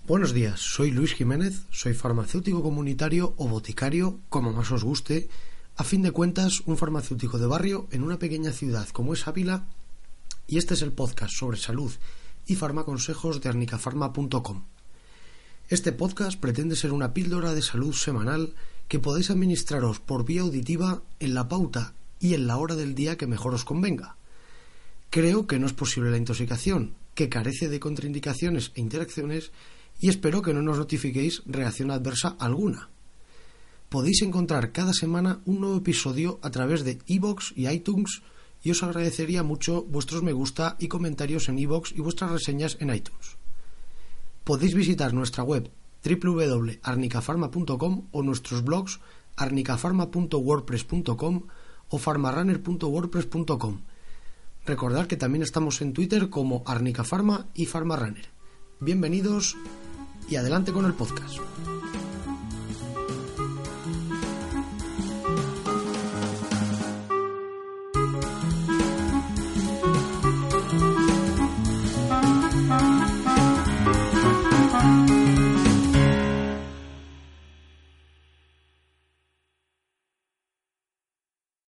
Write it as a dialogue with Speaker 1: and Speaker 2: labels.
Speaker 1: Buenos días, soy Luis Jiménez, soy farmacéutico comunitario o boticario, como más os guste, a fin de cuentas un farmacéutico de barrio en una pequeña ciudad como es Ávila, y este es el podcast sobre salud y farmaconsejos de arnicafarma.com. Este podcast pretende ser una píldora de salud semanal que podéis administraros por vía auditiva en la pauta y en la hora del día que mejor os convenga. Creo que no es posible la intoxicación, que carece de contraindicaciones e interacciones, y espero que no nos notifiquéis reacción adversa alguna. Podéis encontrar cada semana un nuevo episodio a través de iVoox y iTunes, y os agradecería mucho vuestros me gusta y comentarios en iVoox y vuestras reseñas en iTunes. Podéis visitar nuestra web www.arnicafarma.com o nuestros blogs arnicafarma.wordpress.com o farmarunner.wordpress.com. Recordad que también estamos en Twitter como Arnicafarma y Farmarunner. Bienvenidos y adelante con el podcast.